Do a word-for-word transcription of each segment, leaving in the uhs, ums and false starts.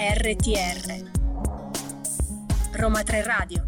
R T R Roma tre Radio.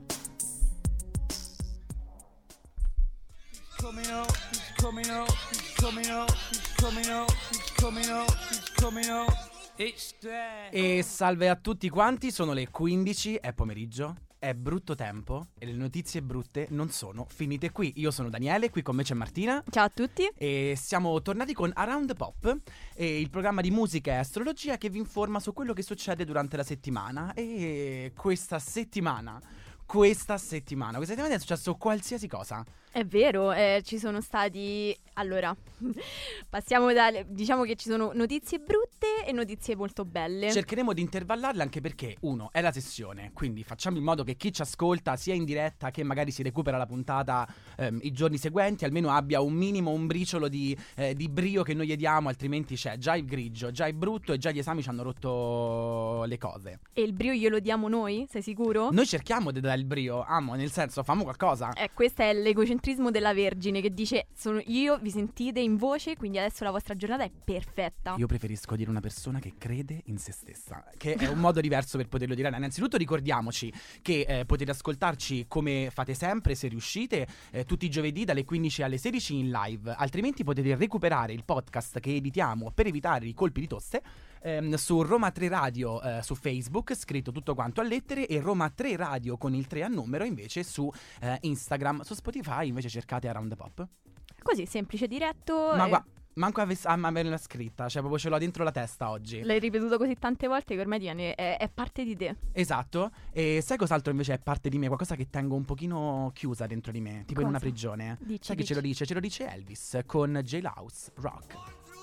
Coming up, he's coming up, he's coming up, he's coming up, he's coming up, he's coming up. It's there. E salve a tutti quanti, sono le quindici, è pomeriggio, è brutto tempo e le notizie brutte non sono finite qui. Io sono Daniele, qui con me c'è Martina. Ciao a tutti. E siamo tornati con Around the Pop, e il programma di musica e astrologia che vi informa su quello che succede durante la settimana. E questa settimana, questa settimana, questa settimana è successo qualsiasi cosa. È vero, eh, ci sono stati... Allora, passiamo da... Diciamo che ci sono notizie brutte e notizie molto belle. Cercheremo di intervallarle anche perché, uno, è la sessione, quindi facciamo in modo che chi ci ascolta, sia in diretta che magari si recupera la puntata ehm, i giorni seguenti, almeno abbia un minimo, un briciolo di, eh, di brio che noi gli diamo, altrimenti c'è già il grigio, già il brutto e già gli esami ci hanno rotto le cose. E il brio glielo diamo noi? Sei sicuro? Noi cerchiamo di dare il brio, amo, nel senso, famo qualcosa. Eh, questo è l'egocentrismo della Vergine che dice: sono io, vi sentite in voce, quindi adesso la vostra giornata è perfetta. Io preferisco dire una persona che crede in se stessa, che è un modo diverso per poterlo dire. Innanzitutto ricordiamoci che eh, potete ascoltarci come fate sempre, se riuscite, eh, tutti i giovedì dalle quindici alle sedici in live. Altrimenti potete recuperare il podcast che editiamo per evitare i colpi di tosse ehm, su Roma tre Radio eh, su Facebook, scritto tutto quanto a lettere, e Roma tre Radio con il tre a numero invece su eh, Instagram. Su Spotify invece cercate Around the Pop. Così, semplice, diretto. Ma e... guarda, manco a averla scritta, cioè proprio ce l'ho dentro la testa oggi. L'hai ripetuto così tante volte che ormai diviene, è, è parte di te. Esatto. E sai cos'altro invece è parte di me? Qualcosa che tengo un pochino chiusa dentro di me, tipo Cosa? in una prigione. Dici, Sai chi dici. ce lo dice? Ce lo dice Elvis con Jailhouse Rock.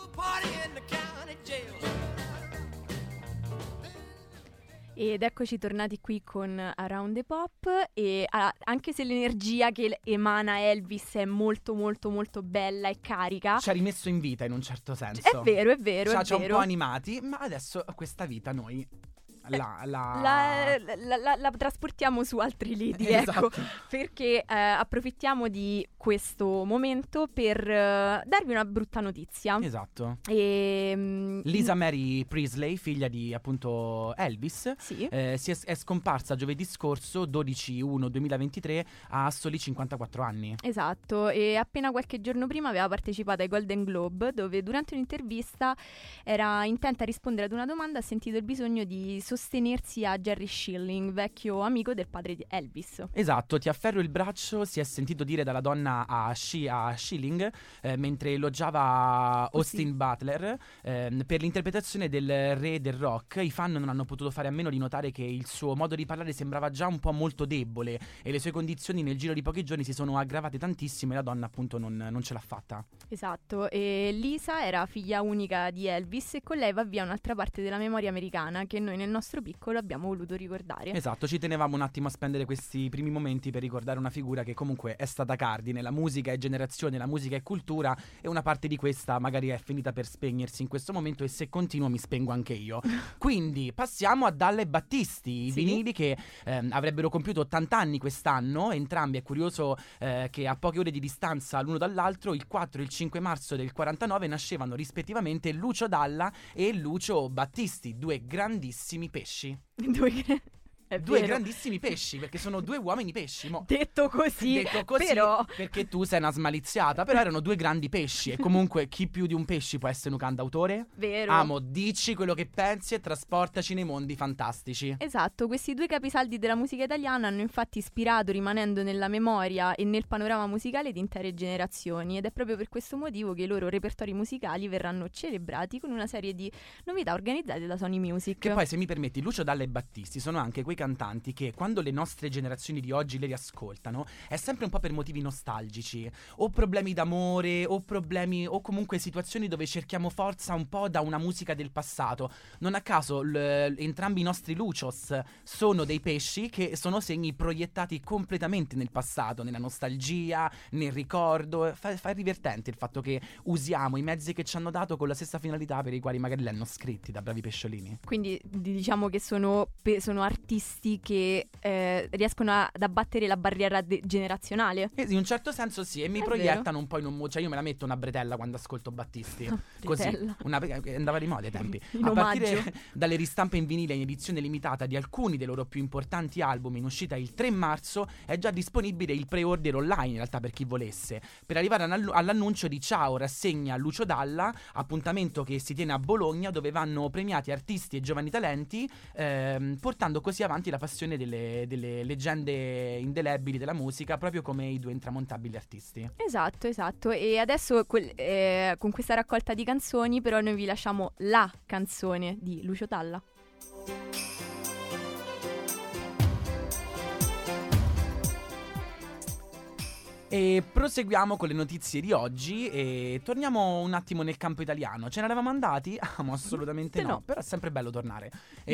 Ed eccoci tornati qui con Around the Pop. E ah, anche se l'energia che emana Elvis è molto molto molto bella e carica, Ci ha rimesso in vita in un certo senso. è vero, è vero, Ci ha, è ci ha un vero. po' animati, ma adesso questa vita noi la... la... La, la, la, la trasportiamo su altri lidi, Esatto. ecco, perché eh, approfittiamo di questo momento per eh, darvi una brutta notizia. Esatto. E, mm, Lisa Mary Priestley, figlia di appunto Elvis, Sì. eh, si è, è scomparsa giovedì scorso, dodici uno duemilaventitré, a soli cinquantaquattro anni. Esatto, e appena qualche giorno prima aveva partecipato ai Golden Globe, dove durante un'intervista era intenta a rispondere ad una domanda, ha sentito il bisogno di sostenersi a Jerry Schilling, vecchio amico del padre di Elvis. Esatto, ti afferro il braccio, si è sentito dire dalla donna a, Shi- a Schilling eh, mentre elogiava Austin sì. Butler ehm, per l'interpretazione del re del rock. I fan non hanno potuto fare a meno di notare che il suo modo di parlare sembrava già un po' molto debole e le sue condizioni nel giro di pochi giorni si sono aggravate tantissimo e la donna appunto non, non ce l'ha fatta. Esatto, e Lisa era figlia unica di Elvis e con lei va via un'altra parte della memoria americana che noi nel nostro piccolo abbiamo voluto ricordare. Esatto, ci tenevamo un attimo a spendere questi primi momenti per ricordare una figura che comunque è stata cardine. La musica è generazione, la musica è cultura, e una parte di questa magari è finita per spegnersi in questo momento, e se continuo mi spengo anche io. Quindi passiamo a Dalle Battisti, i Sì. vinili che ehm, avrebbero compiuto ottanta anni quest'anno, entrambi. È curioso eh, che a poche ore di distanza l'uno dall'altro, il quattro e il cinque marzo del quarantanove, nascevano rispettivamente Lucio Dalla e Lucio Battisti, due grandissimi pesci. Due, è Due vero. grandissimi pesci, perché sono due uomini pesci. Mo. Detto così, Detto così, però perché tu sei una smaliziata, però erano due grandi pesci. E comunque chi più di un pesci può essere un cantautore? vero. Amo, dici quello che pensi e trasportaci nei mondi fantastici. Esatto, questi due capisaldi della musica italiana hanno infatti ispirato, rimanendo nella memoria e nel panorama musicale di intere generazioni, ed è proprio per questo motivo che i loro repertori musicali verranno celebrati con una serie di novità organizzate da Sony Music. Che poi, se mi permetti, Lucio Dalla e Battisti sono anche quei cantanti che quando le nostre generazioni di oggi le riascoltano è sempre un po' per motivi nostalgici, o problemi d'amore, o problemi, o comunque situazioni dove cerchiamo forza un po' da una musica del passato. Non a caso l- entrambi i nostri Lucios sono dei pesci che sono segni proiettati completamente nel passato, nella nostalgia, nel ricordo. Fa, fa divertente il fatto che usiamo i mezzi che ci hanno dato con la stessa finalità per i quali magari li hanno scritti da bravi pesciolini. Quindi diciamo che sono, pe- sono artisti artisti che eh, riescono a- ad abbattere la barriera de- generazionale. Eh, in un certo senso sì, e mi È proiettano vero. un po' in un mood. Cioè io me la metto una bretella quando ascolto Battisti. Così, Bretella. una, eh, andava di moda ai tempi. In A omaggio. partire dalle ristampe in vinile in edizione limitata di alcuni dei loro più importanti album in uscita il tre marzo, è già disponibile il pre-order online in realtà per chi volesse, per arrivare all'annu- all'annuncio di Ciao, rassegna Lucio Dalla, appuntamento che si tiene a Bologna, dove vanno premiati artisti e giovani talenti, ehm, portando così avanti la passione delle, delle leggende indelebili della musica, proprio come i due intramontabili artisti. Esatto, esatto. E adesso quel- eh, con questa raccolta di canzoni, però noi vi lasciamo la canzone di Lucio Dalla. E proseguiamo con le notizie di oggi e torniamo un attimo nel campo italiano. Ce ne eravamo andati? Ah, ma assolutamente Te no, no. però è sempre bello tornare.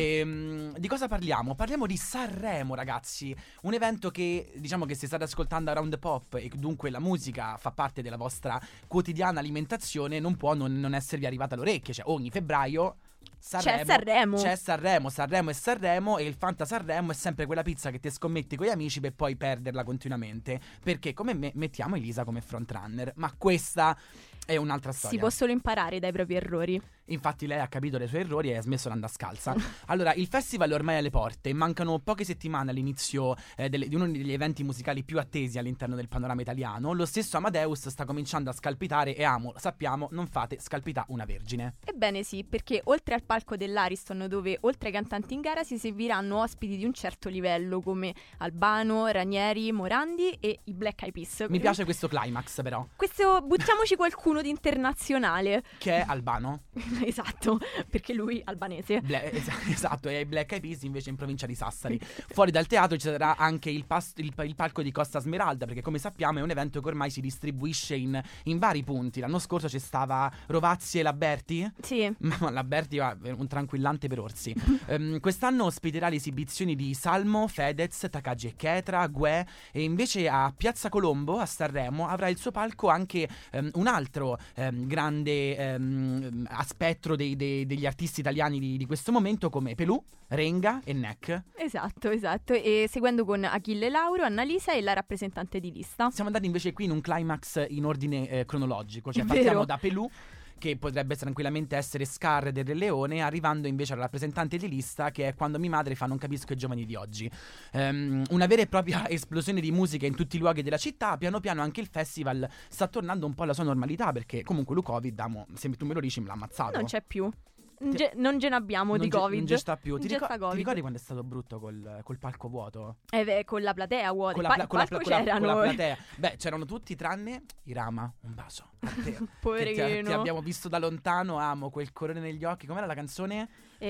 Ehm, di cosa parliamo? Parliamo di Sanremo, ragazzi. Un evento che, diciamo che se state ascoltando Around the Pop e dunque la musica fa parte della vostra quotidiana alimentazione, non può non, non esservi arrivata alle orecchie. Cioè ogni febbraio Sanremo, C'è Sanremo. C'è Sanremo, Sanremo e Sanremo, e il Fanta Sanremo è sempre quella pizza che ti scommetti con gli amici per poi perderla continuamente. Perché come me mettiamo Elisa come frontrunner, ma questa è un'altra storia. Si può solo imparare dai propri errori. Infatti lei ha capito dei suoi errori e ha smesso di andare scalza. Allora, il festival è ormai alle porte, mancano poche settimane all'inizio eh, delle- di uno degli eventi musicali più attesi all'interno del panorama italiano. Lo stesso Amadeus sta cominciando a scalpitare e amo, sappiamo, non fate scalpità una vergine. Ebbene sì, perché oltre al palco dell'Ariston, dove oltre ai cantanti in gara si esibiranno ospiti di un certo livello come Albano, Ranieri, Morandi e i Black Eyed Peas. Mi piace questo climax però, Questo, buttiamoci qualcuno di internazionale. che è Albano. Esatto, perché lui albanese. Bla- es- esatto, e ai Black Eyed Peas invece in provincia di Sassari. Fuori dal teatro ci sarà anche il, pas- il, il palco di Costa Smeralda, perché come sappiamo è un evento che ormai si distribuisce in, in vari punti. L'anno scorso c'è stava Rovazzi e Laberti. Sì. Ma Laberti è un tranquillante per orsi. Ehm, quest'anno ospiterà le esibizioni di Salmo, Fedez, Takagi e Chetra, Guè, e invece a Piazza Colombo a Sanremo avrà il suo palco anche ehm, un altro ehm, grande ehm, spettro dei- dei- degli artisti italiani di, di questo momento, come Pelù, Renga e Neck. Esatto, esatto. E seguendo con Achille Lauro, Annalisa e la rappresentante di lista. Siamo andati invece qui in un climax in ordine eh, cronologico, cioè È partiamo vero. da Pelù, che potrebbe tranquillamente essere Scar del Re Leone, arrivando invece alla rappresentante di lista, che è Quando mi madre fa Non capisco i giovani di oggi. Ehm, una vera e propria esplosione di musica in tutti i luoghi della città. Piano piano anche il festival sta tornando un po' alla sua normalità, perché comunque lui Covid, amo, se tu me lo dici, me l'ha ammazzato. Non c'è più. Non ge- non ce n'abbiamo Non di ge- Covid. Non ci sta più. Non Ti, c'è ricor- sta ti Covid. ricordi quando è stato brutto col, col palco vuoto? Eh beh, con la platea vuota. Con Il la, pa- pla- con la il pla- palco con la- con la c'erano. platea. Beh, c'erano tutti tranne Irama. Un bacio a te. Che ti, Poverino. ti abbiamo visto da lontano, amo quel colore negli occhi. Com'era la canzone?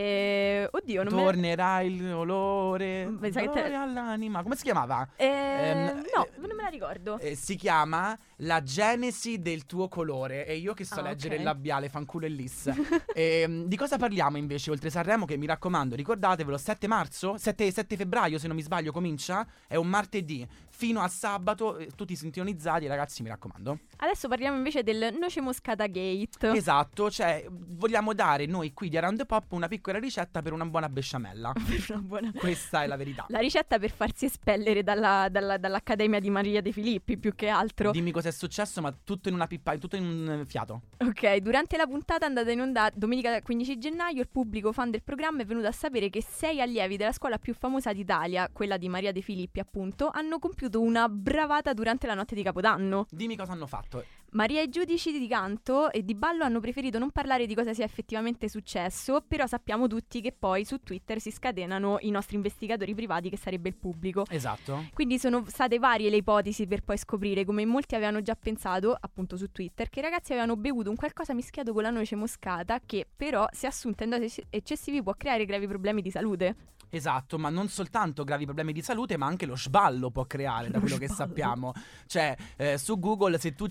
Eh, oddio, non me... Tornerà il olore, Beh, sai che te- dolore all'anima. Come si chiamava? Eh, Ehm, no, eh, non me la ricordo. Eh, si chiama La genesi del tuo colore. E io che so Ah, leggere ok. il labiale, fanculo e lis. Ehm, di cosa parliamo invece oltre Sanremo? Che mi raccomando, ricordatevelo, sette marzo, sette, sette febbraio se non mi sbaglio comincia. È un martedì fino a sabato, eh, tutti sintonizzati ragazzi, mi raccomando. Adesso parliamo invece del Noce Moscata Gate. Esatto, cioè vogliamo dare noi qui di Around the Pop una piccola ricetta per una buona besciamella. Per una buona- Questa è la verità. La ricetta per farsi espellere dalla- dalla- dall'Accademia di Maria De Filippi, più che altro. Dimmi cosa è successo, ma tutto in una pippa, tutto in un eh, fiato. Ok, durante la puntata andata in onda domenica quindici gennaio, il pubblico fan del programma è venuto a sapere che sei allievi della scuola più famosa d'Italia, quella di Maria De Filippi appunto, hanno compiuto una bravata durante la notte di Capodanno. Dimmi cosa hanno fatto. Maria e i giudici di canto e di ballo hanno preferito non parlare di cosa sia effettivamente successo, però sappiamo tutti che poi su Twitter si scatenano i nostri investigatori privati, che sarebbe il pubblico. Esatto. Quindi sono state varie le ipotesi per poi scoprire, come molti avevano già pensato, appunto su Twitter, che i ragazzi avevano bevuto un qualcosa mischiato con la noce moscata, che però, se assunta in dosi eccessivi, può creare gravi problemi di salute. Esatto, ma non soltanto gravi problemi di salute, ma anche lo sballo può creare, da Lo quello che sballo. sappiamo. Cioè, eh, su Google se tu cerchi sono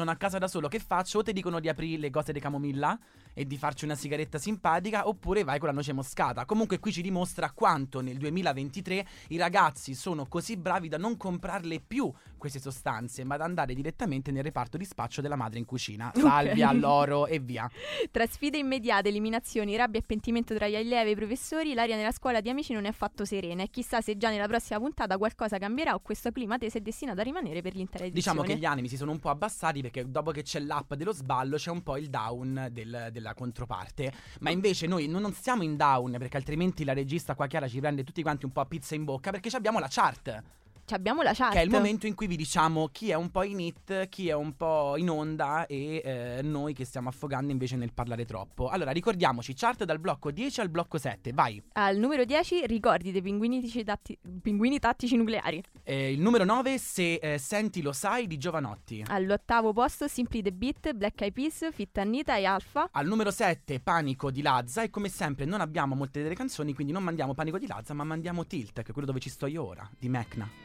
sono a casa da solo, che faccio? O ti dicono di aprire le cose di camomilla e di farci una sigaretta simpatica, oppure vai con la noce moscata. Comunque qui ci dimostra quanto nel duemilaventitré i ragazzi sono così bravi da non comprarle più queste sostanze, ma ad andare direttamente nel reparto di spaccio della madre in cucina. Salvia, Ok. l'oro e via. Tra sfide immediate, eliminazioni, rabbia e pentimento tra gli allievi e i professori, l'aria nella scuola di Amici non è affatto serena e chissà se già nella prossima puntata qualcosa cambierà o questo clima teso è destinato a rimanere per l'intera edizione. Diciamo che gli animi si sono un po' abbassati perché dopo che c'è l'app dello sballo c'è un po' il down del- della controparte. Ma invece noi non non stiamo in down, perché altrimenti la regista qua Chiara ci prende tutti quanti un po' a pizza in bocca, perché ci abbiamo la chart, Ci abbiamo la chat. che è il momento in cui vi diciamo chi è un po' in hit, chi è un po' in onda e eh, noi che stiamo affogando invece nel parlare troppo. Allora ricordiamoci, chart dal blocco dieci al blocco sette, vai. Al numero dieci, ricordi dei pinguini, tatti- pinguini tattici nucleari. Eh, il numero nove, Se eh, senti lo sai, di Giovanotti. All'ottavo posto, Simply the Beat, Black Eyed Peas, Fit Anita e Alpha. Al numero sette, Panico di Lazza. E come sempre non abbiamo molte delle canzoni, quindi non mandiamo Panico di Lazza, ma mandiamo Tilt, che è quello dove ci sto io ora, di Mecna.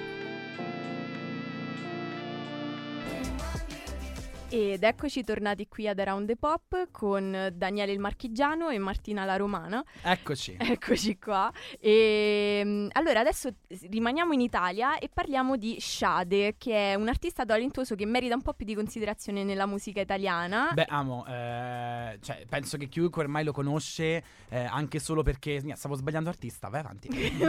Ed eccoci tornati qui ad Around the Pop con Daniele il Marchigiano e Martina la Romana. Eccoci. Eccoci qua. E, mm, allora adesso rimaniamo in Italia e parliamo di Sade, che è un artista talentuoso che merita un po' più di considerazione nella musica italiana. Beh, amo, eh, cioè, penso che chiunque ormai lo conosce, eh, anche solo perché mia, stavo sbagliando artista, vai avanti.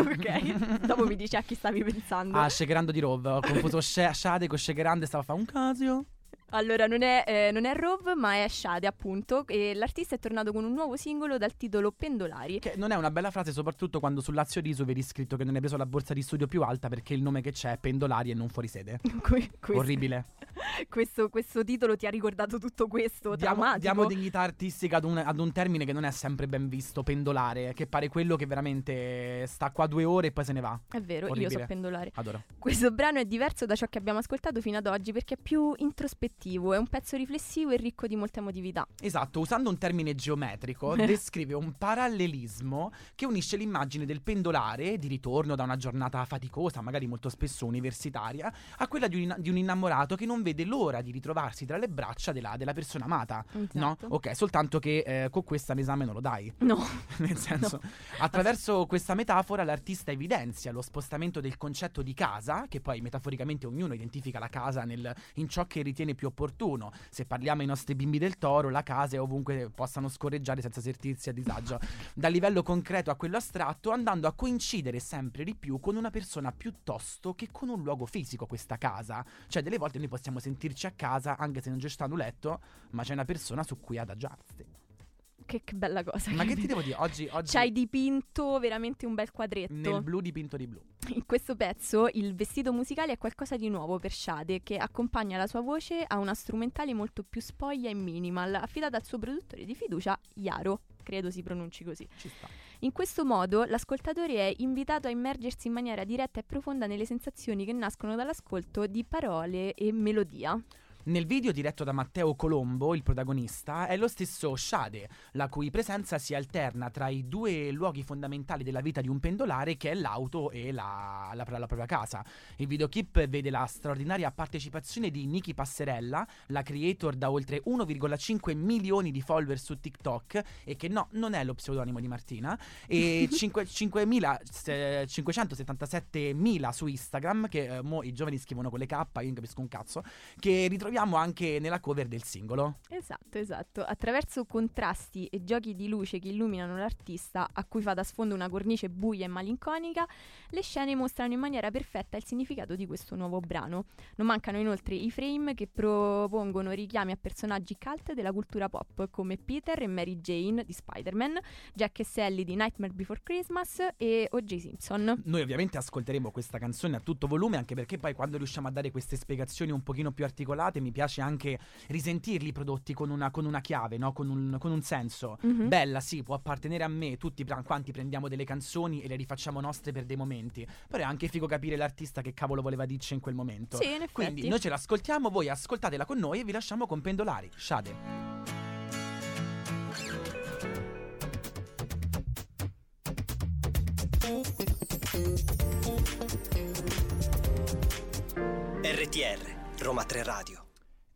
Ok, dopo mi dici a chi stavi pensando. Ah, Shakerando di Rove, ho confuso Sha- Shade con Shakerando e stavo a fare un casio. Allora, non è, eh, non è Rove, ma è Sade, appunto. E l'artista è tornato con un nuovo singolo dal titolo Pendolari. Che non è una bella frase, soprattutto quando su Lazio Riso vedi scritto che non hai preso la borsa di studio più alta perché il nome che c'è è Pendolari e non fuori sede. Que- questo, Orribile. questo, questo titolo ti ha ricordato tutto questo, Diamo, drammatico. diamo dignità artistica ad un, ad un termine che non è sempre ben visto, pendolare, che pare quello che veramente sta qua due ore e poi se ne va. È vero, io Orribile. so pendolare. Adoro. Questo brano è diverso da ciò che abbiamo ascoltato fino ad oggi perché è più introspettivo, è un pezzo riflessivo e ricco di molte emotività. Esatto, usando un termine geometrico, descrive un parallelismo che unisce l'immagine del pendolare di ritorno da una giornata faticosa, magari molto spesso universitaria, a quella di un, di un innamorato che non vede l'ora di ritrovarsi tra le braccia della, della persona amata. No? Esatto. Ok, soltanto che eh, con questa l'esame non lo dai. No. Nel senso, attraverso questa metafora l'artista evidenzia lo spostamento del concetto di casa, che poi metaforicamente ognuno identifica la casa nel, in ciò che ritiene più opportuno. Se parliamo ai nostri bimbi del toro, la casa è ovunque possano scorreggiare senza sentirsi a disagio. Dal livello concreto a quello astratto, andando a coincidere sempre di più con una persona piuttosto che con un luogo fisico, questa casa. Cioè delle volte noi possiamo sentirci a casa anche se non c'è stato un letto, ma c'è una persona su cui adagiarsi. Che, che bella cosa. Ma che ti devo dire? Oggi, oggi Ci hai dipinto veramente un bel quadretto. nel blu dipinto di blu. In questo pezzo il vestito musicale è qualcosa di nuovo per Sade, che accompagna la sua voce a una strumentale molto più spoglia e minimal, affidata al suo produttore di fiducia, Iaro, credo si pronunci così. Ci sta. In questo modo l'ascoltatore è invitato a immergersi in maniera diretta e profonda nelle sensazioni che nascono dall'ascolto di parole e melodia. Nel video diretto da Matteo Colombo, il protagonista, è lo stesso Sade, la cui presenza si alterna tra i due luoghi fondamentali della vita di un pendolare, che è l'auto e la, la, la propria casa. Il videoclip vede la straordinaria partecipazione di Niki Passerella, la creator da oltre uno virgola cinque milioni di follower su TikTok, e che no, non è lo pseudonimo di Martina, e cinquecentosettantasettemila su Instagram, che eh, mo i giovani scrivono con le K, io non capisco un cazzo, che ritroviamo anche nella cover del singolo. Esatto, esatto. Attraverso contrasti e giochi di luce che illuminano l'artista, a cui fa da sfondo una cornice buia e malinconica, le scene mostrano in maniera perfetta il significato di questo nuovo brano. Non mancano inoltre i frame che propongono richiami a personaggi cult della cultura pop come Peter e Mary Jane di Spider-Man, Jack e Sally di Nightmare Before Christmas e O J Simpson. Noi ovviamente ascolteremo questa canzone a tutto volume, anche perché poi quando riusciamo a dare queste spiegazioni un pochino più articolate mi piace anche risentirli prodotti con una, con una chiave, no? Con un, con un senso. Mhm. Bella, sì, può appartenere a me, tutti pra- quanti prendiamo delle canzoni e le rifacciamo nostre per dei momenti, però è anche figo capire l'artista che cavolo voleva dirci in quel momento. Sì, in effetti. Quindi noi ce l'ascoltiamo, voi ascoltatela con noi e vi lasciamo con Pendolari, Sade. R T R Roma tre Radio.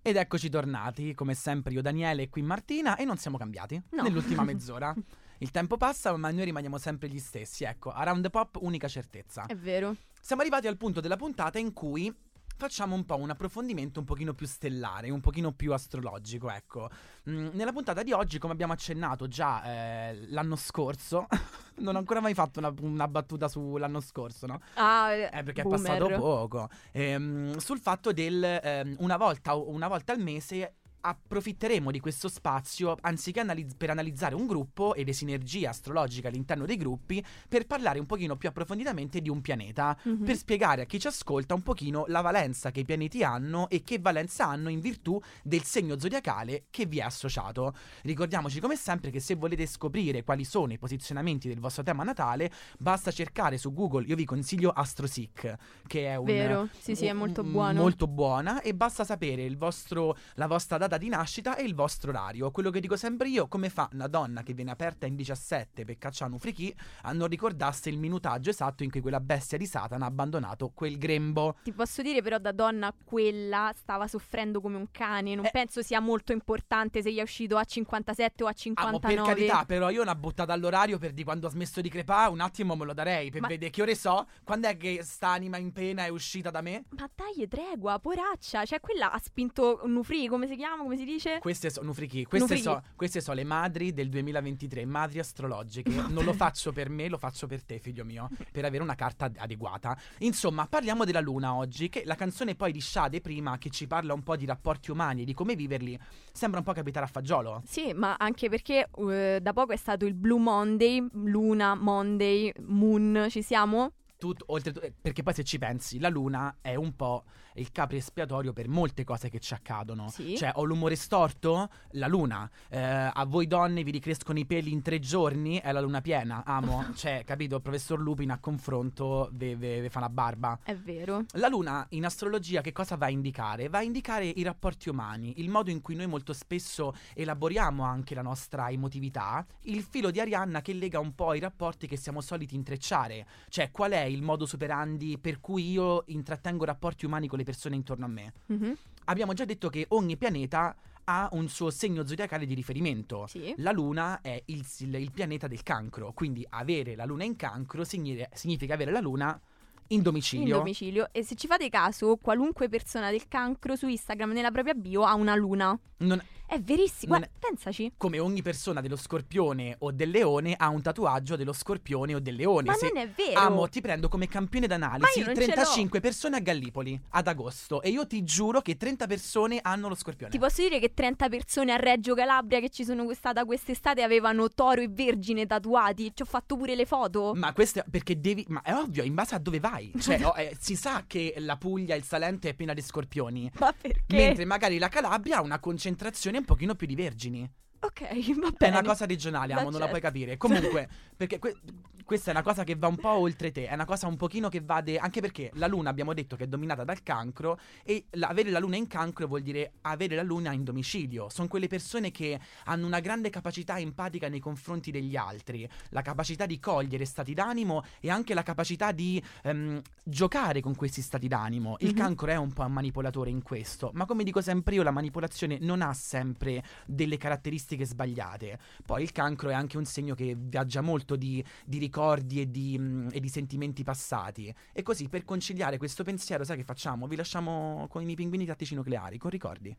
Ed eccoci tornati, come sempre io Daniele e qui Martina, e non siamo cambiati No. nell'ultima mezz'ora. Il tempo passa, ma noi rimaniamo sempre gli stessi. Ecco, Around the Pop, unica certezza. È vero. Siamo arrivati al punto della puntata in cui facciamo un po' un approfondimento un pochino più stellare, un pochino più astrologico, ecco. Mm, nella puntata di oggi, come abbiamo accennato già eh, l'anno scorso, non ho ancora mai fatto una, una battuta sull'anno scorso, no? Ah, Eh, perché boomer. è passato poco. Ehm, sul fatto del ehm, una volta una volta al mese approfitteremo di questo spazio anziché analizz- per analizzare un gruppo e le sinergie astrologiche all'interno dei gruppi, per parlare un pochino più approfonditamente di un pianeta, Mhm. per spiegare a chi ci ascolta un pochino la valenza che i pianeti hanno e che valenza hanno in virtù del segno zodiacale che vi è associato. Ricordiamoci come sempre che se volete scoprire quali sono i posizionamenti del vostro tema natale, basta cercare su Google, io vi consiglio AstroSeek, che è un Vero, sì, sì, è un- molto un- buono. molto buona, e basta sapere il vostro, la vostra data di nascita e il vostro orario. Quello che dico sempre io: come fa una donna che viene aperta in diciassette per cacciare un friki a non ricordarsi il minutaggio esatto in cui quella bestia di Satana ha abbandonato quel grembo? Ti posso dire però da donna quella stava soffrendo come un cane. Non Eh. penso sia molto importante se gli è uscito a cinquantasette o a Ah, ma cinquantanove. per carità, però io una buttata all'orario per di quando ho smesso di crepare un attimo me lo darei per Ma- vedere che ore so, quando è che sta anima in pena è uscita da me. Ma dai, tregua, poraccia. Cioè, quella ha spinto Nufri, come si chiama? Come si dice? Queste sono Nufriki, queste Nufriki. so, queste sono le madri del duemilaventitré, madri astrologiche. Non lo faccio per me, lo faccio per te, figlio mio, per avere una carta ad- adeguata. Insomma, parliamo della Luna oggi, che la canzone poi di Sade prima, che ci parla un po' di rapporti umani e di come viverli, sembra un po' capitare a fagiolo. Sì, ma anche perché eh, da poco è stato il Blue Monday, Luna, Monday, Moon, ci siamo? Tut- oltre- eh, perché poi se ci pensi, la Luna è un po' il capro espiatorio per molte cose che ci accadono. Sì. Cioè, ho l'umore storto? La Luna. Eh, a voi donne vi ricrescono i peli in tre giorni? È la Luna piena. Amo. Cioè, capito? Il professor Lupin a confronto ve, ve- ve fa una barba. È vero. La Luna in astrologia che cosa va a indicare? Va a indicare i rapporti umani, il modo in cui noi molto spesso elaboriamo anche la nostra emotività, il filo di Arianna che lega un po' i rapporti che siamo soliti intrecciare. Cioè, qual è il modo superandi per cui io intrattengo rapporti umani con le persone intorno a me? Mhm. Abbiamo già detto che ogni pianeta ha un suo segno zodiacale di riferimento. Sì. La Luna è il, il- il pianeta del cancro, quindi avere la Luna in cancro signi- significa avere la Luna in In domicilio. domicilio. E se ci fate caso, qualunque persona del cancro su Instagram nella propria bio ha una luna. Non- È verissimo. Non Guarda, pensaci. come ogni persona dello scorpione o del leone ha un tatuaggio dello scorpione o del leone. Ma Se- non è vero. Amo, ti prendo come campione d'analisi Ma io non ce l'ho. trentacinque persone a Gallipoli ad agosto e io ti giuro che trenta persone hanno lo scorpione. Ti posso dire che trenta persone a Reggio Calabria che ci sono stata quest'estate avevano Toro e Vergine tatuati. Ci ho fatto pure le foto. Ma questo è perché devi. Ma è ovvio, in base a dove vai. Cioè, oh, eh, si sa che la Puglia, il Salento è piena di scorpioni. Ma perché? Mentre magari la Calabria ha una concentrazione un pochino più di vergini. Ok, va È bene. una cosa regionale, Ma amo, non la puoi certo. capire. Comunque, perché que- questa è una cosa che va un po' oltre te. È una cosa un pochino che va. de- Anche perché la luna abbiamo detto che è dominata dal cancro. E la- avere la luna in cancro vuol dire avere la luna in domicilio. Sono quelle persone che hanno una grande capacità empatica nei confronti degli altri. La capacità di cogliere stati d'animo e anche la capacità di ehm, giocare con questi stati d'animo. Il Mhm. cancro è un po' un manipolatore in questo. Ma come dico sempre io, la manipolazione non ha sempre delle caratteristiche sbagliate. Poi il cancro è anche un segno che viaggia molto di, di ricordi e di, mm, e di sentimenti passati. E così, per conciliare questo pensiero, sai che facciamo? Vi lasciamo con i miei pinguini tattici nucleari, con ricordi.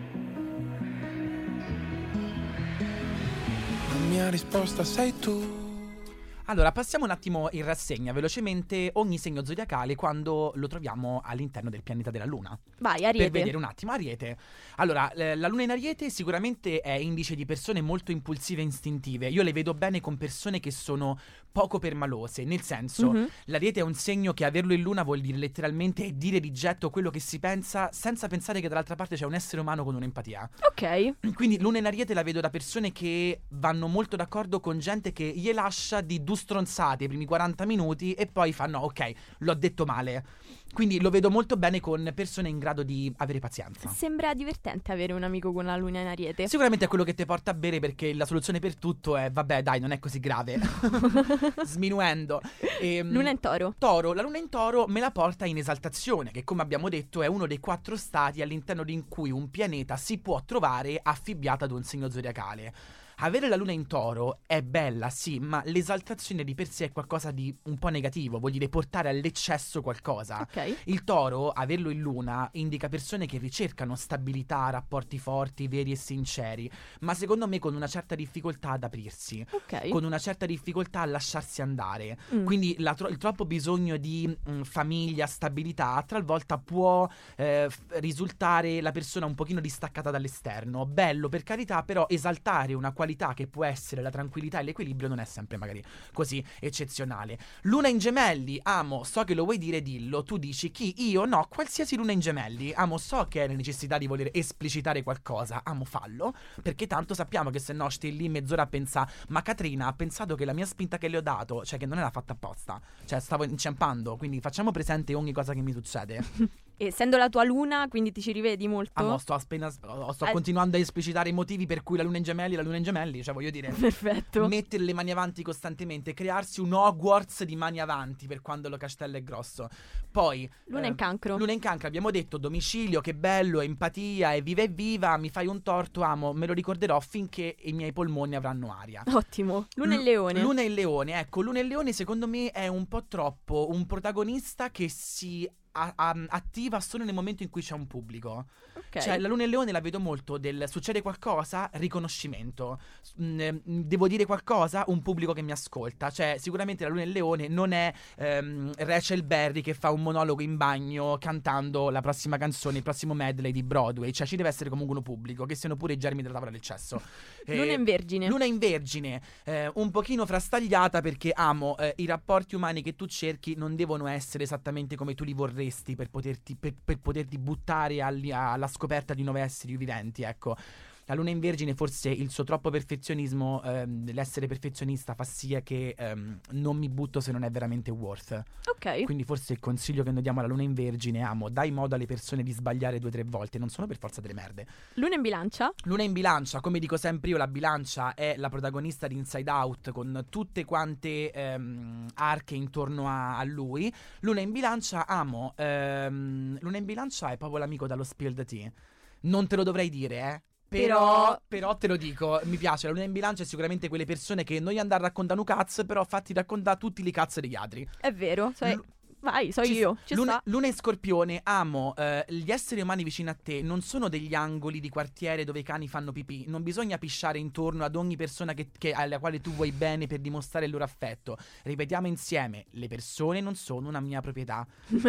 La mia risposta sei tu. Allora, passiamo un attimo in rassegna velocemente ogni segno zodiacale quando lo troviamo all'interno del pianeta della Luna. Vai, Per Ariete. vedere un attimo, Ariete. Allora, eh, la luna in Ariete sicuramente è indice di persone molto impulsive e istintive. Io le vedo bene con persone che sono poco permalose, nel senso, Mhm. l'Ariete è un segno che averlo in luna vuol dire letteralmente dire di getto quello che si pensa senza pensare che dall'altra parte c'è un essere umano con un'empatia. Ok. Quindi luna in Ariete la vedo da persone che vanno molto d'accordo con gente che gli lascia di due stronzate i primi quaranta minuti e poi fanno ok, l'ho detto male. Quindi lo vedo molto bene con persone in grado di avere pazienza. Sembra divertente avere un amico con la luna in Ariete. Sicuramente è quello che ti porta a bere, perché la soluzione per tutto è vabbè dai, non è così grave. Sminuendo. Ehm, Luna in Toro. Toro, la luna in Toro me la porta in esaltazione, che come abbiamo detto è uno dei quattro stati all'interno di cui un pianeta si può trovare affibbiato ad un segno zodiacale. Avere la luna in Toro è bella, sì, ma l'esaltazione di per sé è qualcosa di un po' negativo, vuol dire portare all'eccesso qualcosa. Ok. Il Toro, averlo in luna, indica persone che ricercano stabilità, rapporti forti, veri e sinceri, ma secondo me con una certa difficoltà ad aprirsi, Ok. con una certa difficoltà a lasciarsi andare. Mm. Quindi la tro- il troppo bisogno di mh, famiglia, stabilità, talvolta può eh, f- risultare la persona un pochino distaccata dall'esterno. Bello, per carità, però esaltare una qualità che può essere la tranquillità e l'equilibrio non è sempre magari così eccezionale. Luna in Gemelli, amo, so che lo vuoi dire, dillo. Tu dici chi? Io? No, qualsiasi luna in Gemelli. Amo, so che hai la necessità di voler esplicitare qualcosa, amo, fallo, perché tanto sappiamo che se no stai lì mezz'ora a pensare, ma Caterina ha pensato che la mia spinta che le ho dato, cioè che non era fatta apposta, cioè stavo inciampando, quindi facciamo presente ogni cosa che mi succede. E essendo la tua luna, quindi ti ci rivedi molto? Amo, sto appena sto Eh. continuando a esplicitare i motivi per cui la luna in Gemelli è la luna in Gemelli, cioè voglio dire, Perfetto. mettere le mani avanti costantemente, crearsi un Hogwarts di mani avanti per quando lo castello è grosso. Poi Luna eh, in Cancro. Luna in Cancro, abbiamo detto domicilio, che bello, empatia, e viva e viva, mi fai un torto, amo, me lo ricorderò finché i miei polmoni avranno aria. Ottimo. Luna in Lu- Leone. Luna in Leone, ecco, Luna in Leone secondo me è un po' troppo un protagonista che si a- a- attiva solo nel momento in cui c'è un pubblico. Ok. Cioè la Luna in Leone la vedo molto del succede qualcosa, riconoscimento. S- mm, eh, devo dire qualcosa, un pubblico che mi ascolta. Cioè sicuramente la Luna in Leone non è ehm, Rachel Berry che fa un monologo in bagno cantando la prossima canzone, il prossimo medley di Broadway. Cioè ci deve essere comunque un pubblico, che siano pure i germi della tavola del cesso. Eh, Luna in Vergine. Luna in Vergine, eh, un pochino frastagliata, perché amo eh, i rapporti umani che tu cerchi non devono essere esattamente come tu li vorresti per poterti, per, per poterti buttare alli- alla scoperta di nuovi esseri viventi, ecco. La Luna in Vergine, forse il suo troppo perfezionismo, ehm, l'essere perfezionista fa sì che ehm, non mi butto se non è veramente worth. Ok. Quindi forse il consiglio che noi diamo alla Luna in Vergine, amo, dai modo alle persone di sbagliare due o tre volte, non sono per forza delle merde. Luna in Bilancia. Luna in Bilancia, come dico sempre io, la Bilancia è la protagonista di Inside Out, con tutte quante ehm, arche intorno a, a lui. Luna in Bilancia, amo, ehm, Luna in Bilancia è proprio l'amico dallo Spill the Tea. Non te lo dovrei dire, eh. Però, Però- però te lo dico, mi piace. La Luna in Bilancia è sicuramente quelle persone che non gli andare a raccontare un cazzo, però fatti raccontare tutti i cazzi degli altri. È vero. Sai- Lu- Vai, so Ci- io. Ci Luna, sta. Luna in Scorpione, amo, eh, gli esseri umani vicino a te non sono degli angoli di quartiere dove i cani fanno pipì. Non bisogna pisciare intorno ad ogni persona che, che- alla quale tu vuoi bene per dimostrare il loro affetto. Ripetiamo insieme, le persone non sono una mia proprietà.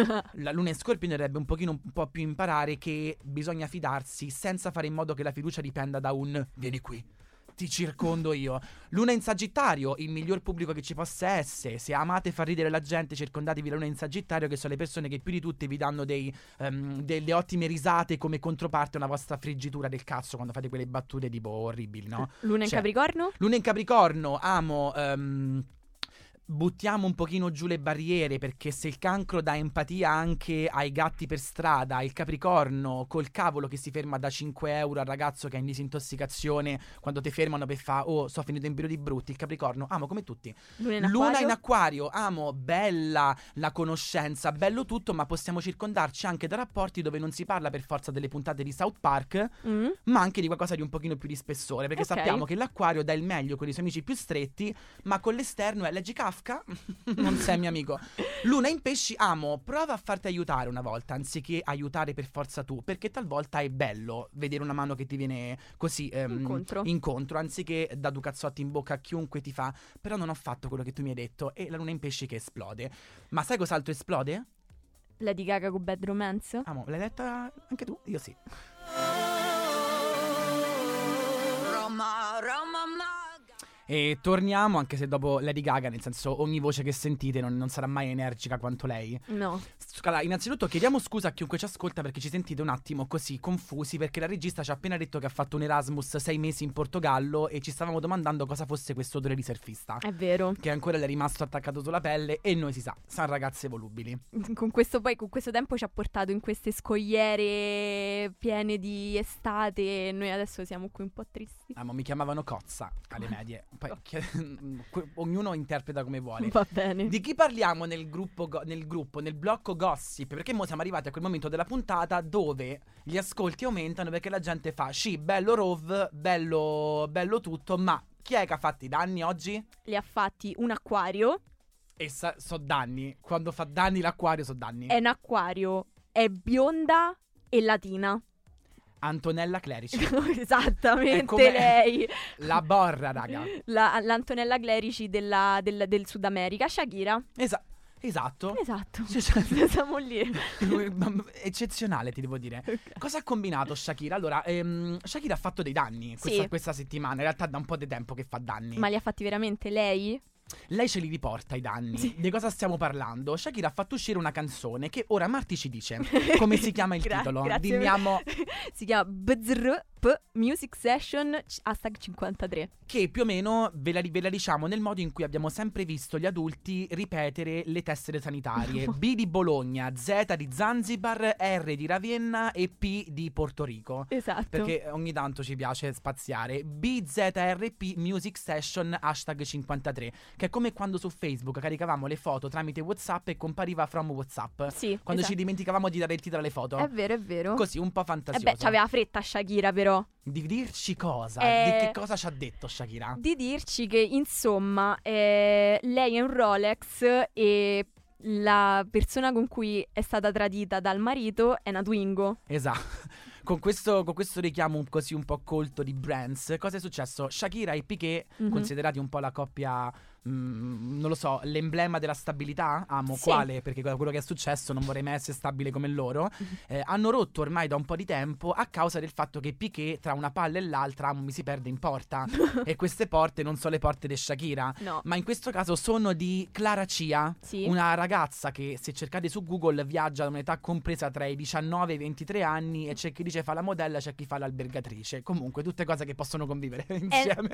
La Luna in Scorpione dovrebbe un pochino un po' più imparare che bisogna fidarsi senza fare in modo che la fiducia dipenda da un vieni qui, ti circondo io. Luna in Sagittario, il miglior pubblico che ci possa essere. Se amate far ridere la gente, circondatevi la Luna in Sagittario, che sono le persone che più di tutte vi danno dei, ehm, delle ottime risate come controparte a una vostra friggitura del cazzo quando fate quelle battute tipo orribili, no? Luna in Cioè, Capricorno. Luna in Capricorno, amo, ehm, buttiamo un pochino giù le barriere, perché se il Cancro dà empatia anche ai gatti per strada, il Capricorno col cavolo che si ferma da cinque euro al ragazzo che è in disintossicazione quando ti fermano per fa oh so finito in periodi brutti, il Capricorno amo come tutti. Luna in Luna Acquario. in Acquario, amo, bella la conoscenza, bello tutto, ma possiamo circondarci anche da rapporti dove non si parla per forza delle puntate di South Park, Mm. ma anche di qualcosa di un pochino più di spessore, perché Ok. sappiamo che l'Acquario dà il meglio con i suoi amici più stretti, ma con l'esterno è leggi Kafka, non sei mio amico. Luna in Pesci, amo, prova a farti aiutare una volta anziché aiutare per forza tu, perché talvolta è bello vedere una mano che ti viene così ehm, Incontro. incontro, anziché da due cazzotti in bocca a chiunque ti fa però non ho fatto quello che tu mi hai detto, e la Luna in Pesci che esplode. Ma sai cos'altro esplode? Lady Gaga con Bad Romance. Amo, l'hai letta anche tu? Io sì. E torniamo, anche se dopo Lady Gaga, nel senso ogni voce che sentite non, non sarà mai energica quanto lei. No. Allora, innanzitutto chiediamo scusa a chiunque ci ascolta perché ci sentite un attimo così confusi, perché la regista ci ha appena detto che ha fatto un Erasmus sei mesi in Portogallo e ci stavamo domandando cosa fosse questo odore di surfista, È vero. che ancora le è rimasto attaccato sulla pelle, e noi si sa, sono ragazze volubili. Con questo poi, con questo tempo ci ha portato in queste scogliere piene di estate e noi adesso siamo qui un po' tristi. Ah, ma mi chiamavano Cozza alle medie. Poi chi- ognuno interpreta come vuole. Va bene. Di chi parliamo nel gruppo, go- nel gruppo, nel blocco gossip? Perché mo siamo arrivati a quel momento della puntata dove gli ascolti aumentano perché la gente fa sì, bello Rov, bello, bello tutto, ma chi è che ha fatto i danni oggi? Li ha fatti un acquario. E sa- so danni. Quando fa danni l'acquario so danni. È un acquario, è bionda e latina. Antonella Clerici. Esattamente È come- lei. La borra, raga. La- l'Antonella Clerici della- del, del Sud America, Shakira. Esa- esatto. Esatto. Sì, cioè- Siamo lì. Eccezionale, ti devo dire. Ok. Cosa ha combinato Shakira? Allora, ehm, Shakira ha fatto dei danni questa, Sì. questa settimana. In realtà da un po' di tempo che fa danni. Ma li ha fatti veramente lei? Lei ce li riporta i danni. Sì. Di cosa stiamo parlando? Shakira ha fatto uscire una canzone che ora Marti ci dice come si chiama il Gra- titolo. grazie. Dimmiamo Si chiama B Z R P Music Session c- hashtag cinquantatré. che più o meno ve la, ve la diciamo nel modo in cui abbiamo sempre visto gli adulti ripetere le tessere sanitarie. B di Bologna, Z di Zanzibar, R di Ravenna e P di Porto Rico. Esatto. Perché ogni tanto ci piace spaziare. B Z R P Music Session hashtag cinquantatré, che è come quando su Facebook caricavamo le foto tramite WhatsApp e compariva from WhatsApp. Sì, Quando esatto. ci dimenticavamo di dare il titolo alle foto. È vero, è vero. Così un po' Eh fantasioso. beh, c'aveva fretta Shakira però. Di dirci cosa? Eh, Di che cosa ci ha detto Shakira? Di dirci che insomma eh, lei è un Rolex e la persona con cui è stata tradita dal marito è una Twingo. Esatto. Con questo, con questo richiamo un- così un po' colto di brands, cosa è successo? Shakira e Piqué, Mhm. considerati un po' la coppia, mm, non lo so, l'emblema della stabilità, amo Sì. quale, perché quello che è successo non vorrei mai essere stabile come loro, Mhm. eh, hanno rotto ormai da un po' di tempo a causa del fatto che Piqué tra una palla e l'altra amo, mi si perde in porta. E queste porte non sono le porte di Shakira, No. ma in questo caso sono di Clara Cia, Sì. una ragazza che, se cercate su Google, viaggia da un'età compresa tra i diciannove e i ventitré anni, e c'è chi dice fa la modella, c'è chi fa l'albergatrice. Comunque tutte cose che possono convivere È- insieme.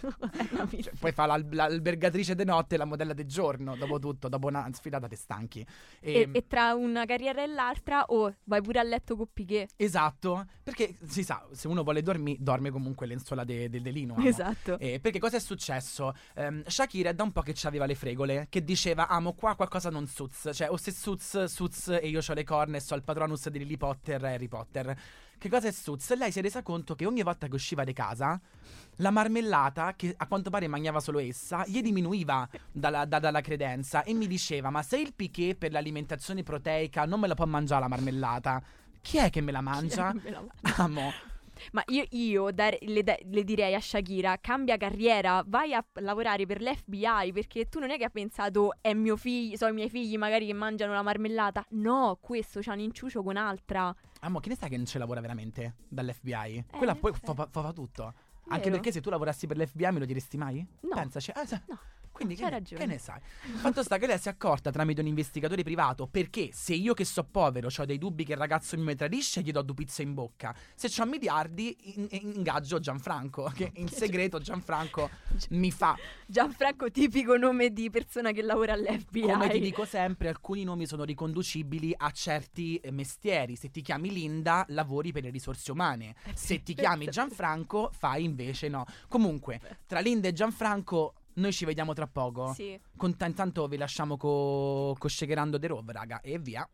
È una Cioè, poi fa l'al- l'albergatrice di notte e la modella di giorno, dopo tutto, dopo una sfilata te stanchi. E, E- e tra una carriera e l'altra, oh, vai pure a letto con Piqué. Esatto, perché si sa, se uno vuole dormire, dorme comunque lenzuola de, de, de lino. amo. Esatto. Eh, perché cosa è successo? Ehm, Shakira è da un po' che c'aveva le fregole, che diceva amo qua qualcosa non suz, cioè o se suz, suz e io ho le corna e so il patronus di Lily Potter e Harry Potter. Che cosa è suz? Lei si è resa conto che ogni volta che usciva di casa la marmellata, che a quanto pare mangiava solo essa, gli diminuiva dalla, da- dalla credenza, e mi diceva ma se il Piqué per l'alimentazione proteica non me la può mangiare la marmellata, chi è che me la mangia? Me la mangio. Amo. Ma io, io dare- le, da- le direi a Shakira, cambia carriera, vai a lavorare per l'F B I, perché tu non è che hai pensato è mio figlio, sono i miei figli magari che mangiano la marmellata. No, questo c'ha un inciucio con altra. Amo, che ne sai che non ce lavora veramente dall'F B I? Quella in poi effetti. fa, fa- fa tutto. Anche Vero. perché se tu lavorassi per l'F B I me lo diresti mai? No. Pensaci. Ah, sa- No. Quindi C'hai che, ragione. che ne sai? Fatto sta che lei si è accorta tramite un investigatore privato, perché se io che so povero ho dei dubbi che il ragazzo mi tradisce, gli do due pizze in bocca. Se ho miliardi in- in- ingaggio Gianfranco, che in segreto Gianfranco mi fa. Gianfranco, tipico nome di persona che lavora all'F B I. Come ti dico sempre, alcuni nomi sono riconducibili a certi eh, mestieri. Se ti chiami Linda, lavori per le risorse umane. Se ti chiami Gianfranco, fai invece no. Comunque, tra Linda e Gianfranco noi ci vediamo tra poco. Sì. Con t- intanto vi lasciamo co- con Shakerando the Rove, raga, e via.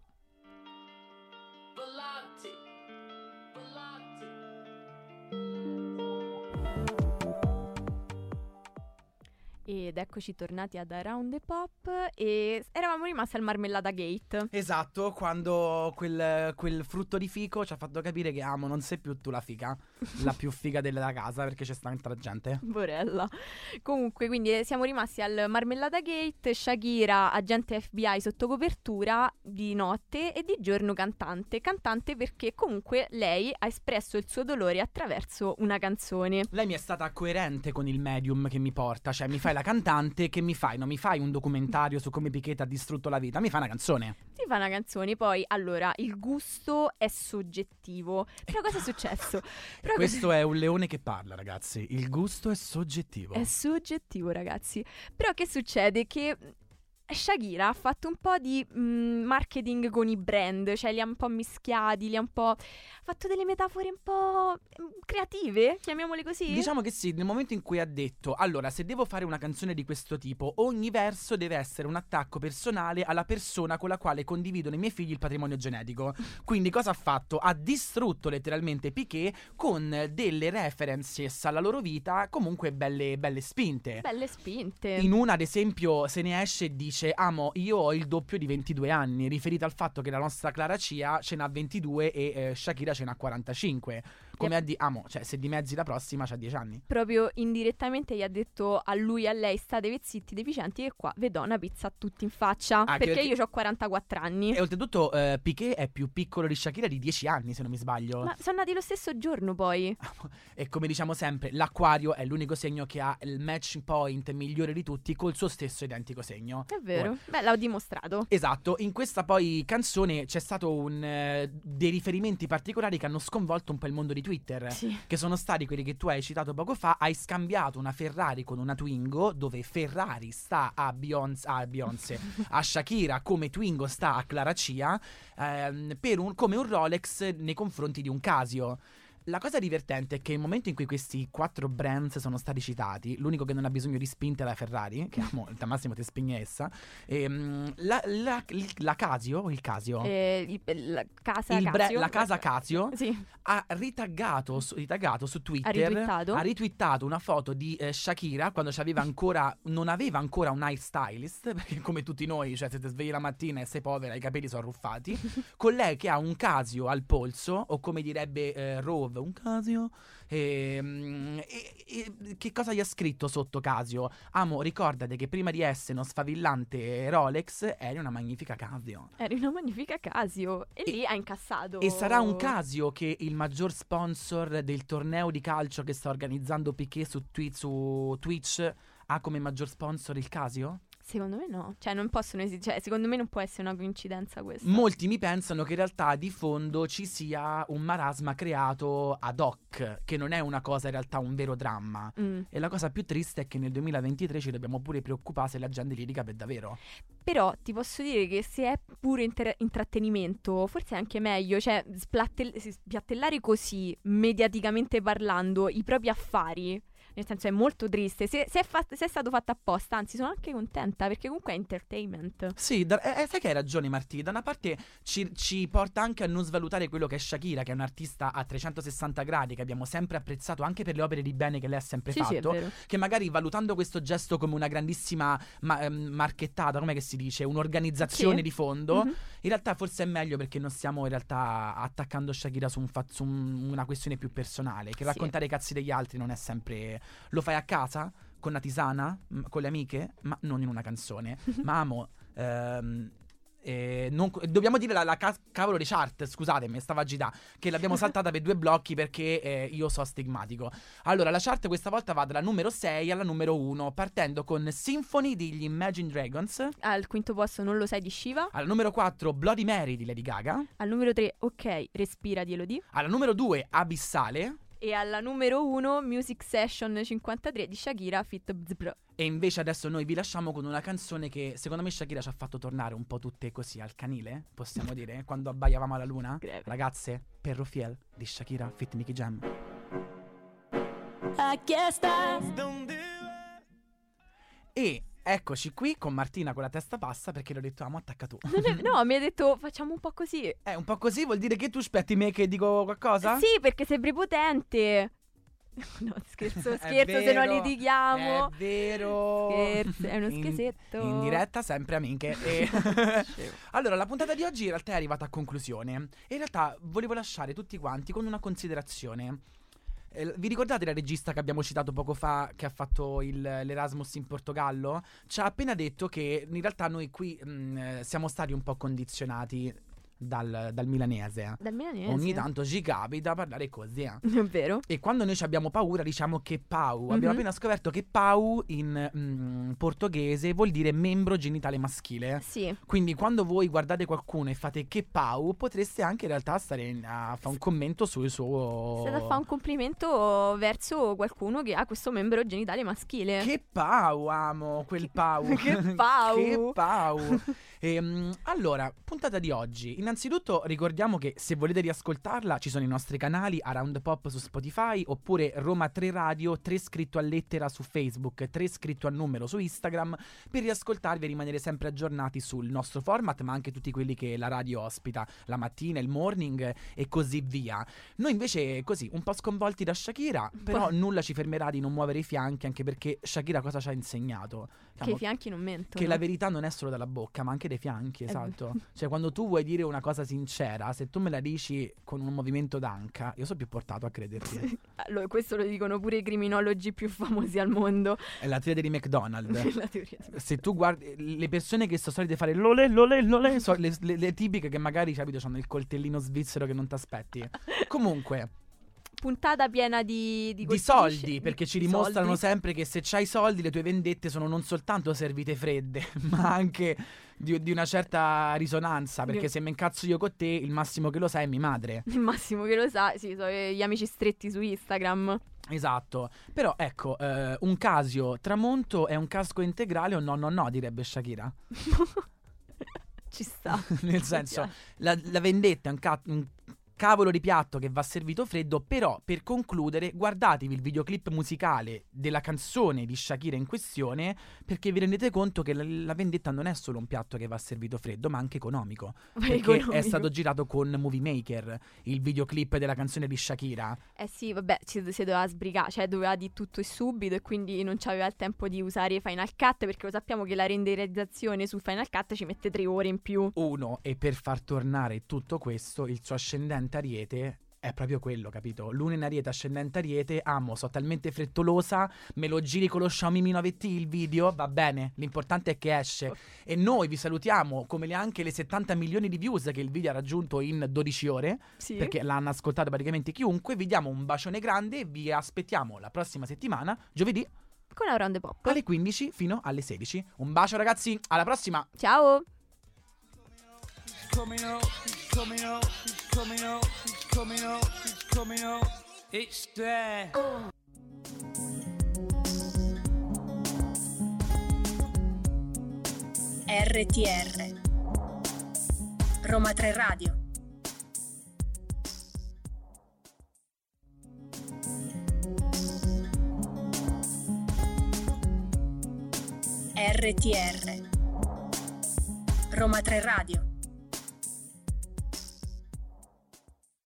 Ed eccoci tornati ad Around the Pop e eravamo rimasti al Marmellata Gate. Esatto, quando quel, quel frutto di fico ci ha fatto capire che amo, non sei più tu la figa, la più figa della casa, perché c'è sta altra gente. Borella. Comunque, quindi eh, siamo rimasti al Marmellata Gate, Shakira, agente F B I sotto copertura di notte e di giorno cantante. Cantante perché comunque lei ha espresso il suo dolore attraverso una canzone. Lei mi è stata coerente con il medium che mi porta, cioè mi fai la la cantante, che mi fai? Non mi fai un documentario su come Piqué ha distrutto la vita, mi fa una canzone. Ti fa una canzone, poi allora il gusto è soggettivo. Però cosa è successo? Però Questo cosa... è un leone che parla, ragazzi. Il gusto è soggettivo. È soggettivo, ragazzi. Però che succede? Che Shakira ha fatto un po' di mh, marketing con i brand, cioè li ha un po' mischiati, li ha un po'... ha fatto delle metafore un po' creative, chiamiamole così. Diciamo che sì, nel momento in cui ha detto allora, se devo fare una canzone di questo tipo, ogni verso deve essere un attacco personale alla persona con la quale condividono i miei figli il patrimonio genetico. Quindi cosa ha fatto? Ha distrutto letteralmente Piqué con delle references alla loro vita comunque belle, belle spinte. Belle spinte. In una, ad esempio, se ne esce e dice amo, io ho il doppio di ventidue anni, riferita al fatto che la nostra Clara Cia ce n'ha ventidue e eh, Shakira ce n'ha quarantacinque. Come a di amo, cioè se dimezzi la prossima c'ha dieci anni. Proprio indirettamente gli ha detto a lui e a lei state zitti deficienti che qua vi do una pizza a tutti in faccia. Anche perché, perché io ho quarantaquattro anni. E oltretutto eh, Piqué è più piccolo di Shakira di dieci anni, se non mi sbaglio. Ma sono nati lo stesso giorno poi. E come diciamo sempre, l'acquario è l'unico segno che ha il match point migliore di tutti col suo stesso identico segno. È vero. Oh. Beh, l'ho dimostrato. Esatto, in questa poi canzone c'è stato un eh, dei riferimenti particolari che hanno sconvolto un po' il mondo di Twitter. Sì. Che sono stati quelli che tu hai citato poco fa. Hai scambiato una Ferrari con una Twingo, dove Ferrari sta a Beyoncé, a, Beyoncé, a Shakira, come Twingo sta a Clara Cia, ehm, per un, come un Rolex nei confronti di un Casio. La cosa divertente è che nel momento in cui questi quattro brands sono stati citati, l'unico che non ha bisogno di spinte è la Ferrari, che amo, al massimo ti spegne essa. ehm, la, la, la Casio, il Casio, Eh, il- la casa il bre- Casio. la casa Casio Sì. ha ritaggato su, ritaggato su Twitter, Ha ritwittato? ha ritwittato una foto di eh, Shakira quando c'aveva ancora, non aveva ancora un hair stylist, perché come tutti noi, cioè se ti svegli la mattina e sei povera, i capelli sono arruffati, con lei che ha un Casio al polso, o come direbbe eh, Rove, un Casio. E, e, e che cosa gli ha scritto sotto Casio? Amo, ricordate che prima di essere uno sfavillante Rolex eri una magnifica Casio. Era una magnifica Casio. E, E- lì ha incassato. E sarà un Casio che il maggior sponsor del torneo di calcio che sta organizzando Piqué su, twi- su Twitch ha come maggior sponsor il Casio? Secondo me no. Cioè non possono esistere. Cioè, secondo me non può essere una coincidenza questa. Molti mi pensano che in realtà di fondo ci sia un marasma creato ad hoc, che non è una cosa in realtà un vero dramma. Mm. E la cosa più triste è che nel duemilaventitré ci dobbiamo pure preoccupare se la gente lirica per davvero. Però ti posso dire che se è pure inter- intrattenimento, forse è anche meglio. Cioè, splattel- spiattellare così, mediaticamente parlando, i propri affari. Nel senso è molto triste. Se, se, è fat- se è stato fatto apposta, anzi sono anche contenta perché comunque è entertainment. Sì, da- eh, eh, sai che hai ragione Martì, da una parte ci, ci porta anche a non svalutare quello che è Shakira, che è un'artista a trecentosessanta gradi, che abbiamo sempre apprezzato anche per le opere di bene che lei ha sempre Sì, sì, è fatto, vero. che magari valutando questo gesto come una grandissima ma- ehm, marchettata, come che si dice, un'organizzazione Sì. di fondo, Mhm. in realtà forse è meglio perché non stiamo in realtà attaccando Shakira su, un fa- su un- una questione più personale, che Sì. raccontare i cazzi degli altri non è sempre... Lo fai a casa? Con una tisana? M- con le amiche? Ma non in una canzone. Ma amo... ehm, eh, non- dobbiamo dire la, la ca- cavolo di chart, scusatemi, stavo agitando, che l'abbiamo saltata per due blocchi perché eh, io so stigmatico. Allora, la chart questa volta va dalla numero sei alla numero uno, partendo con Symphony degli Imagine Dragons, Al quinto posto Non lo sai di Shiva. alla numero quattro Bloody Mary di Lady Gaga, Al numero tre Ok, respira di Elodie. alla numero due Abissale, E alla numero uno Music Session cinquantatré di Shakira Fit Bzbr. e invece adesso noi vi lasciamo con una canzone che secondo me Shakira ci ha fatto tornare un po' tutte così al canile, possiamo dire, quando abbaiavamo alla luna. Greve. Ragazze, Perro Fiel di Shakira Fit Nicky Jam. E eccoci qui con Martina con la testa bassa perché l'ho detto amo attacca tu. Non è- no, mi ha detto facciamo un po' così. È un po' così, vuol dire che tu aspetti me che dico qualcosa? Sì, perché sei prepotente. No, scherzo, È scherzo, se no vero, litighiamo. È vero. Scherzo, è uno In- schesetto. In, diretta sempre amiche. E... Scemo. Allora, la puntata di oggi in realtà è arrivata a conclusione. E in realtà volevo lasciare tutti quanti con una considerazione. Eh, vi ricordate la regista che abbiamo citato poco fa, che ha fatto il- l'Erasmus in Portogallo? Ci ha appena detto che in realtà noi qui mh, siamo stati un po' condizionati. dal, dal milanese. Dal milanese. Ogni tanto ci capita parlare così. È vero. E quando noi ci abbiamo paura diciamo che pau. Mhm. Abbiamo appena scoperto che pau in mm, portoghese vuol dire membro genitale maschile. Sì. Quindi quando voi guardate qualcuno e fate che pau, potreste anche in realtà stare in- a fare un commento sul suo... State a fare un complimento verso qualcuno che ha questo membro genitale maschile. Che pau, amo quel pau. Che pau. Che pau. Ehm, allora, puntata di oggi. Innanzitutto ricordiamo che se volete riascoltarla ci sono i nostri canali Around Pop su Spotify oppure Roma tre Radio, tre scritto a lettera su Facebook, tre scritto a numero su Instagram, per riascoltarvi e rimanere sempre aggiornati sul nostro format, ma anche tutti quelli che la radio ospita, la mattina, il morning e così via. Noi invece così, un po' sconvolti da Shakira, però nulla ci fermerà di non muovere i fianchi, anche perché Shakira cosa ci ha insegnato? Che Camo, i fianchi non mentono. che la verità non è solo dalla bocca, ma anche dai fianchi, esatto. Cioè, quando tu vuoi dire una cosa sincera, se tu me la dici con un movimento d'anca, io sono più portato a crederti. Allora, questo lo dicono pure i criminologi più famosi al mondo. È la teoria di McDonald's. La teoria di- Se tu guardi le persone che sono solite fare lole, lole, lole, so, le, le- le tipiche che magari, capito, hanno il coltellino svizzero che non ti aspetti. Comunque, Puntata piena di di di colpisce- soldi, di- perché ci di dimostrano soldi. sempre che se c'hai soldi le tue vendette sono non soltanto servite fredde, ma anche di, di una certa risonanza, perché Io- se mi incazzo io con te, il massimo che lo sai è mia madre. Il massimo che lo sa, sì, sono gli amici stretti su Instagram. Esatto, però ecco, eh, un Casio Tramonto è un casco integrale o no no no, direbbe Shakira. Ci sta. Nel senso, la, la vendetta è un, ca- un cavolo di piatto che va servito freddo, però per concludere guardatevi il videoclip musicale della canzone di Shakira in questione, perché vi rendete conto che la, la vendetta non è solo un piatto che va servito freddo, ma anche economico, perché Economico. è stato girato con Movie Maker, il videoclip della canzone di Shakira. Eh sì, vabbè, ci, si doveva sbrigare, cioè doveva di tutto e subito e quindi non c'aveva il tempo di usare Final Cut, perché lo sappiamo che la renderizzazione su Final Cut ci mette tre ore in più. Uno, e per far tornare tutto questo, il suo ascendente Ariete è proprio quello, capito? Luna in Ariete, ascendente Ariete, amo, so talmente frettolosa, me lo giri con lo Xiaomi Mi nove T il video, va bene, l'importante è che esce. E noi vi salutiamo, come le anche le settanta milioni di views che il video ha raggiunto in dodici ore, Sì. perché l'hanno ascoltato praticamente chiunque. Vi diamo un bacione grande e vi aspettiamo la prossima settimana, giovedì, Con Around the Pop. alle quindici fino alle sedici. Un bacio ragazzi, alla prossima! Ciao! coming up, it's coming up, it's coming up, it's coming up, it's coming up. It's there. R T R Roma tre Radio. R T R Roma tre Radio.